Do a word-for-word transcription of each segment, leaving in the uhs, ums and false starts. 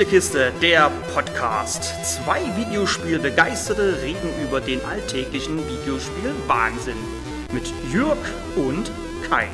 Spielekiste, der Podcast. Zwei Videospielbegeisterte reden über den alltäglichen Videospiel-Wahnsinn. Mit Jürg und Kai.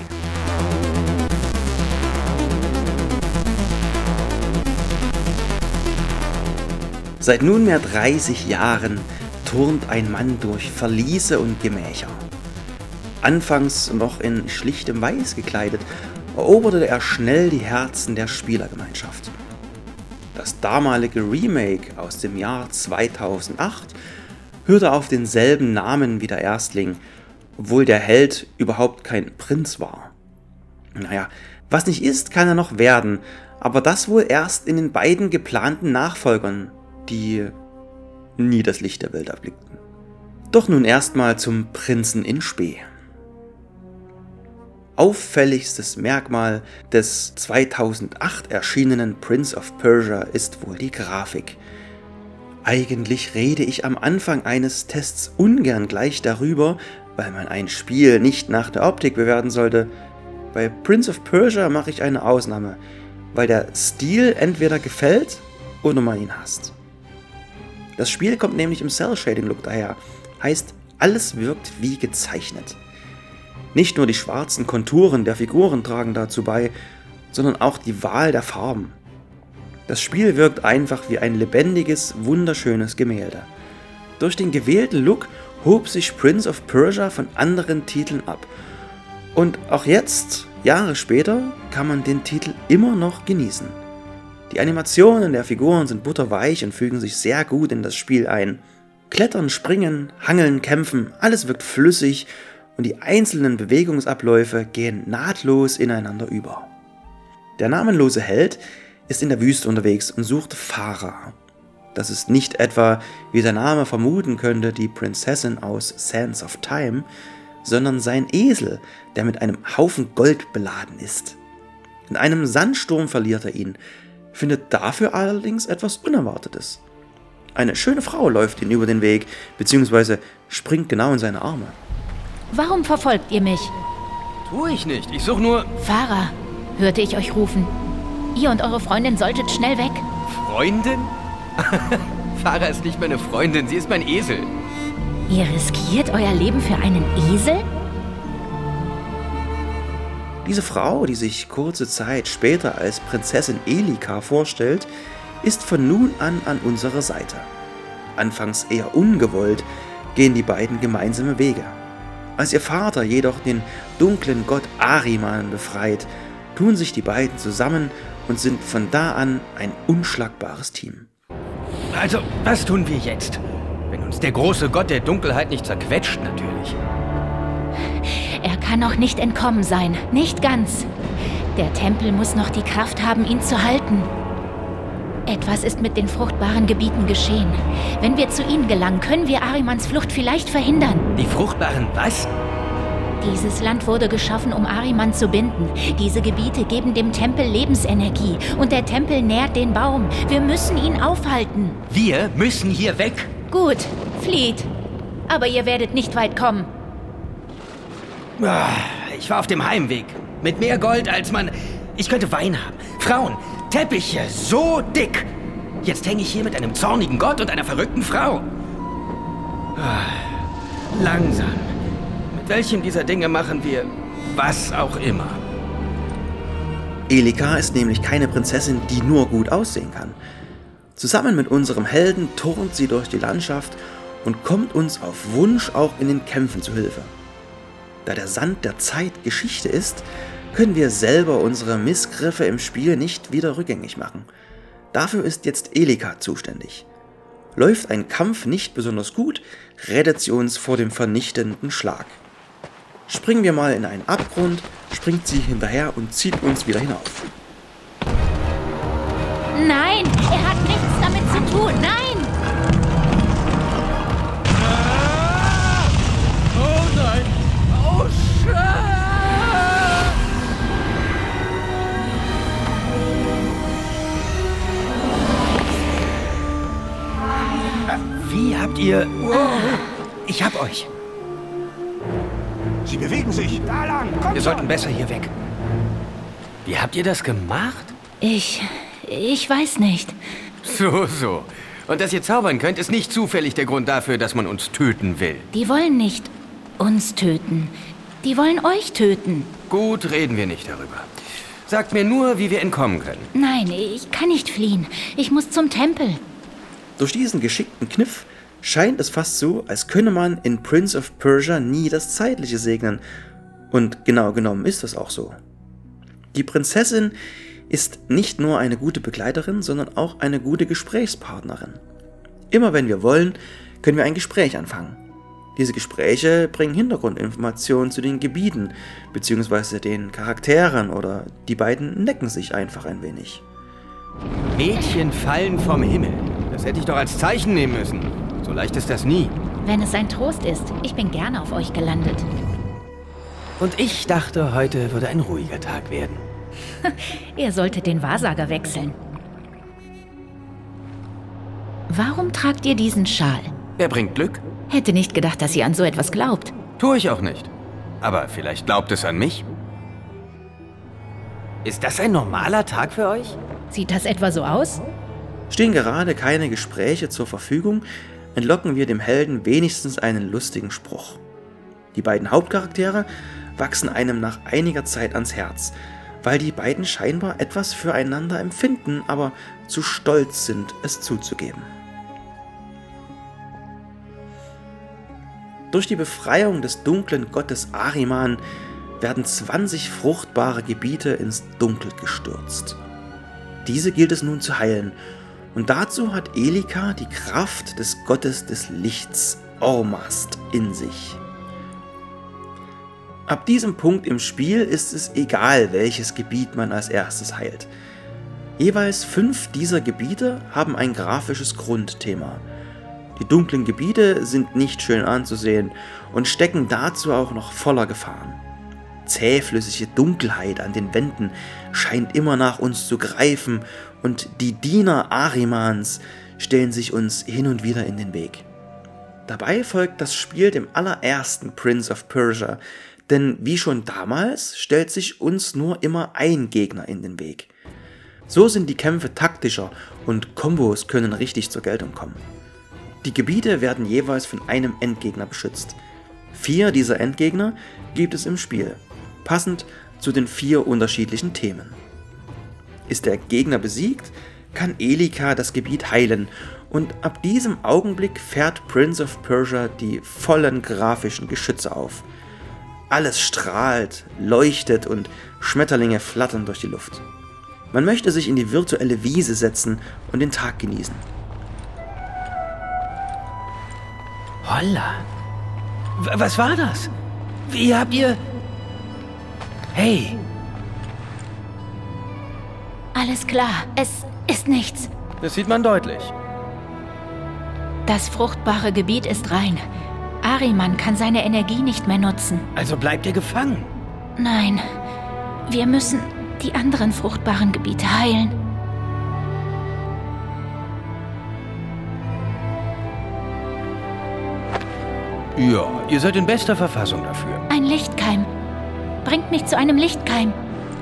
Seit nunmehr dreißig Jahren turnt ein Mann durch Verliese und Gemächer. Anfangs noch in schlichtem Weiß gekleidet, eroberte er schnell die Herzen der Spielergemeinschaft. Das damalige Remake aus dem Jahr zweitausendacht hörte auf denselben Namen wie der Erstling, obwohl der Held überhaupt kein Prinz war. Naja, was nicht ist, kann er noch werden, aber das wohl erst in den beiden geplanten Nachfolgern, die nie das Licht der Welt erblickten. Doch nun erstmal zum Prinzen in Spe. Auffälligstes Merkmal des zweitausendacht erschienenen Prince of Persia ist wohl die Grafik. Eigentlich rede ich am Anfang eines Tests ungern gleich darüber, weil man ein Spiel nicht nach der Optik bewerten sollte. Bei Prince of Persia mache ich eine Ausnahme, weil der Stil entweder gefällt oder man ihn hasst. Das Spiel kommt nämlich im Cell-Shading-Look daher, heißt, alles wirkt wie gezeichnet. Nicht nur die schwarzen Konturen der Figuren tragen dazu bei, sondern auch die Wahl der Farben. Das Spiel wirkt einfach wie ein lebendiges, wunderschönes Gemälde. Durch den gewählten Look hob sich Prince of Persia von anderen Titeln ab. Und auch jetzt, Jahre später, kann man den Titel immer noch genießen. Die Animationen der Figuren sind butterweich und fügen sich sehr gut in das Spiel ein. Klettern, springen, hangeln, kämpfen, alles wirkt flüssig und die einzelnen Bewegungsabläufe gehen nahtlos ineinander über. Der namenlose Held ist in der Wüste unterwegs und sucht Farah. Das ist nicht etwa, wie der Name vermuten könnte, die Prinzessin aus Sands of Time, sondern sein Esel, der mit einem Haufen Gold beladen ist. In einem Sandsturm verliert er ihn, findet dafür allerdings etwas Unerwartetes. Eine schöne Frau läuft ihm über den Weg, beziehungsweise springt genau in seine Arme. Warum verfolgt ihr mich? Tu ich nicht, ich suche nur... Farah, hörte ich euch rufen. Ihr und eure Freundin solltet schnell weg. Freundin? Farah ist nicht meine Freundin, sie ist mein Esel. Ihr riskiert euer Leben für einen Esel? Diese Frau, die sich kurze Zeit später als Prinzessin Elika vorstellt, ist von nun an an unserer Seite. Anfangs eher ungewollt gehen die beiden gemeinsame Wege. Als ihr Vater jedoch den dunklen Gott Ahriman befreit, tun sich die beiden zusammen und sind von da an ein unschlagbares Team. Also, was tun wir jetzt? Wenn uns der große Gott der Dunkelheit nicht zerquetscht, natürlich. Er kann noch nicht entkommen sein, nicht ganz. Der Tempel muss noch die Kraft haben, ihn zu halten. Etwas ist mit den fruchtbaren Gebieten geschehen. Wenn wir zu ihnen gelangen, können wir Ahrimans Flucht vielleicht verhindern. Die fruchtbaren was? Dieses Land wurde geschaffen, um Ahriman zu binden. Diese Gebiete geben dem Tempel Lebensenergie. Und der Tempel nährt den Baum. Wir müssen ihn aufhalten. Wir müssen hier weg. Gut, flieht. Aber ihr werdet nicht weit kommen. Ich war auf dem Heimweg. Mit mehr Gold als man... Ich könnte Wein haben. Frauen, Teppiche, so dick. Jetzt hänge ich hier mit einem zornigen Gott und einer verrückten Frau. Langsam. Mit welchem dieser Dinge machen wir was auch immer? Elika ist nämlich keine Prinzessin, die nur gut aussehen kann. Zusammen mit unserem Helden turnt sie durch die Landschaft und kommt uns auf Wunsch auch in den Kämpfen zu Hilfe. Da der Sand der Zeit Geschichte ist, können wir selber unsere Missgriffe im Spiel nicht wieder rückgängig machen. Dafür ist jetzt Elika zuständig. Läuft ein Kampf nicht besonders gut, rettet sie uns vor dem vernichtenden Schlag. Springen wir mal in einen Abgrund, springt sie hinterher und zieht uns wieder hinauf. Nein, er hat nichts damit zu tun, nein! Oh nein! Oh, Scheiße! Wie habt ihr... Ich hab euch. Sie bewegen sich. Da lang. Kommt Wir sollten besser hier weg. Wie habt ihr das gemacht? Ich... Ich weiß nicht. So, so. Und dass ihr zaubern könnt, ist nicht zufällig der Grund dafür, dass man uns töten will. Die wollen nicht uns töten. Die wollen euch töten. Gut, reden wir nicht darüber. Sagt mir nur, wie wir entkommen können. Nein, ich kann nicht fliehen. Ich muss zum Tempel. Durch diesen geschickten Kniff scheint es fast so, als könne man in Prince of Persia nie das Zeitliche segnen. Und genau genommen ist das auch so. Die Prinzessin ist nicht nur eine gute Begleiterin, sondern auch eine gute Gesprächspartnerin. Immer wenn wir wollen, können wir ein Gespräch anfangen. Diese Gespräche bringen Hintergrundinformationen zu den Gebieten bzw. den Charakteren oder die beiden necken sich einfach ein wenig. Mädchen fallen vom Himmel. Das hätte ich doch als Zeichen nehmen müssen. So leicht ist das nie. Wenn es ein Trost ist, ich bin gerne auf euch gelandet. Und ich dachte, heute würde ein ruhiger Tag werden. Ihr solltet den Wahrsager wechseln. Warum tragt ihr diesen Schal? Er bringt Glück. Hätte nicht gedacht, dass ihr an so etwas glaubt. Tue ich auch nicht. Aber vielleicht glaubt es an mich. Ist das ein normaler Tag für euch? Sieht das etwa so aus? Stehen gerade keine Gespräche zur Verfügung, entlocken wir dem Helden wenigstens einen lustigen Spruch. Die beiden Hauptcharaktere wachsen einem nach einiger Zeit ans Herz, weil die beiden scheinbar etwas füreinander empfinden, aber zu stolz sind, es zuzugeben. Durch die Befreiung des dunklen Gottes Ahriman werden zwanzig fruchtbare Gebiete ins Dunkel gestürzt. Diese gilt es nun zu heilen, und dazu hat Elika die Kraft des Gottes des Lichts, Ormazd, in sich. Ab diesem Punkt im Spiel ist es egal, welches Gebiet man als erstes heilt. Jeweils fünf dieser Gebiete haben ein grafisches Grundthema. Die dunklen Gebiete sind nicht schön anzusehen und stecken dazu auch noch voller Gefahren. Zähflüssige Dunkelheit an den Wänden scheint immer nach uns zu greifen und die Diener Ahrimans stellen sich uns hin und wieder in den Weg. Dabei folgt das Spiel dem allerersten Prince of Persia, denn wie schon damals stellt sich uns nur immer ein Gegner in den Weg. So sind die Kämpfe taktischer und Kombos können richtig zur Geltung kommen. Die Gebiete werden jeweils von einem Endgegner beschützt. Vier dieser Endgegner gibt es im Spiel, passend zu den vier unterschiedlichen Themen. Ist der Gegner besiegt, kann Elika das Gebiet heilen und ab diesem Augenblick fährt Prince of Persia die vollen grafischen Geschütze auf. Alles strahlt, leuchtet und Schmetterlinge flattern durch die Luft. Man möchte sich in die virtuelle Wiese setzen und den Tag genießen. Holla. W- was war das? Wie habt ihr... Hey. Alles klar, es ist nichts. Das sieht man deutlich. Das fruchtbare Gebiet ist rein. Ahriman kann seine Energie nicht mehr nutzen. Also bleibt ihr gefangen. Nein, wir müssen die anderen fruchtbaren Gebiete heilen. Ja, ihr seid in bester Verfassung dafür. Ein Lichtkeim. Bringt mich zu einem Lichtkeim.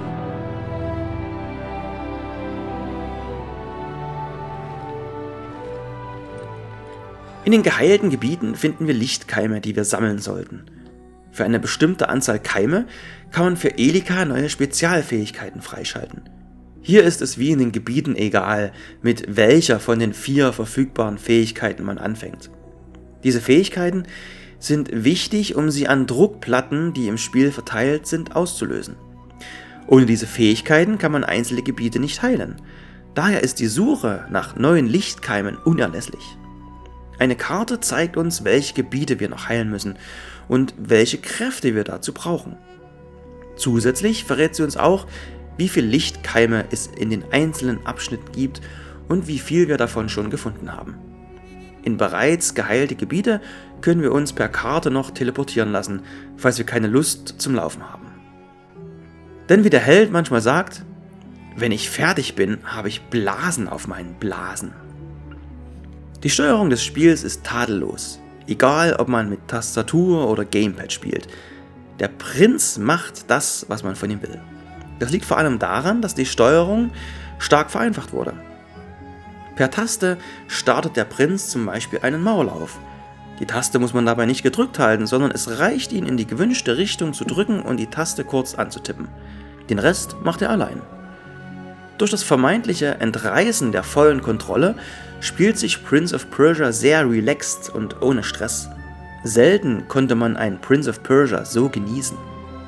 In den geheilten Gebieten finden wir Lichtkeime, die wir sammeln sollten. Für eine bestimmte Anzahl Keime kann man für Elika neue Spezialfähigkeiten freischalten. Hier ist es wie in den Gebieten egal, mit welcher von den vier verfügbaren Fähigkeiten man anfängt. Diese Fähigkeiten sind wichtig, um sie an Druckplatten, die im Spiel verteilt sind, auszulösen. Ohne diese Fähigkeiten kann man einzelne Gebiete nicht heilen. Daher ist die Suche nach neuen Lichtkeimen unerlässlich. Eine Karte zeigt uns, welche Gebiete wir noch heilen müssen und welche Kräfte wir dazu brauchen. Zusätzlich verrät sie uns auch, wie viele Lichtkeime es in den einzelnen Abschnitten gibt und wie viel wir davon schon gefunden haben. In bereits geheilte Gebiete können wir uns per Karte noch teleportieren lassen, falls wir keine Lust zum Laufen haben. Denn wie der Held manchmal sagt, wenn ich fertig bin, habe ich Blasen auf meinen Blasen. Die Steuerung des Spiels ist tadellos, egal ob man mit Tastatur oder Gamepad spielt. Der Prinz macht das, was man von ihm will. Das liegt vor allem daran, dass die Steuerung stark vereinfacht wurde. Per Taste startet der Prinz zum Beispiel einen Mauerlauf. Die Taste muss man dabei nicht gedrückt halten, sondern es reicht, ihn in die gewünschte Richtung zu drücken und die Taste kurz anzutippen. Den Rest macht er allein. Durch das vermeintliche Entreißen der vollen Kontrolle spielt sich Prince of Persia sehr relaxed und ohne Stress. Selten konnte man einen Prince of Persia so genießen.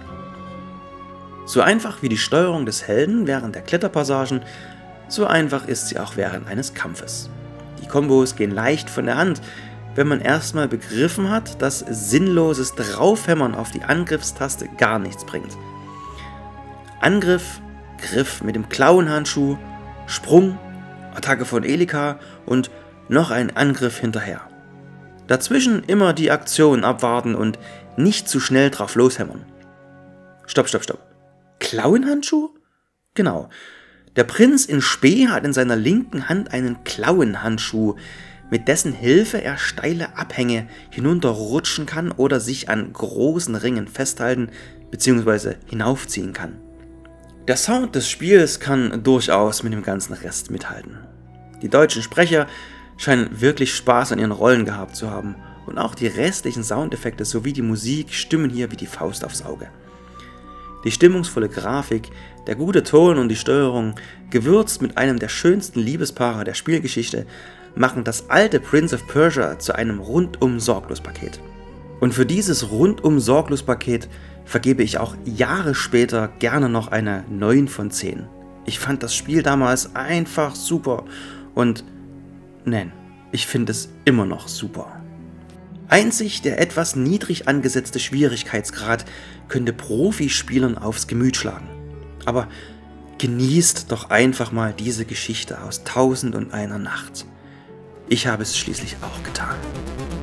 So einfach wie die Steuerung des Helden während der Kletterpassagen, so einfach ist sie auch während eines Kampfes. Die Kombos gehen leicht von der Hand, wenn man erstmal begriffen hat, dass sinnloses Draufhämmern auf die Angriffstaste gar nichts bringt. Angriff, Griff mit dem Klauenhandschuh, Sprung, Attacke von Elika und noch ein Angriff hinterher. Dazwischen immer die Aktion abwarten und nicht zu schnell drauf loshämmern. Stopp, stopp, stopp. Klauenhandschuh? Genau. Der Prinz in Spe hat in seiner linken Hand einen Klauenhandschuh, mit dessen Hilfe er steile Abhänge hinunterrutschen kann oder sich an großen Ringen festhalten bzw. hinaufziehen kann. Der Sound des Spiels kann durchaus mit dem ganzen Rest mithalten. Die deutschen Sprecher scheinen wirklich Spaß an ihren Rollen gehabt zu haben und auch die restlichen Soundeffekte sowie die Musik stimmen hier wie die Faust aufs Auge. Die stimmungsvolle Grafik, der gute Ton und die Steuerung, gewürzt mit einem der schönsten Liebespaare der Spielgeschichte, machen das alte Prince of Persia zu einem Rundum-Sorglos-Paket. Und für dieses Rundum-Sorglos-Paket vergebe ich auch Jahre später gerne noch eine neun von zehn. Ich fand das Spiel damals einfach super und nein, ich finde es immer noch super. Einzig der etwas niedrig angesetzte Schwierigkeitsgrad könnte Profispielern aufs Gemüt schlagen. Aber genießt doch einfach mal diese Geschichte aus Tausend und einer Nacht. Ich habe es schließlich auch getan.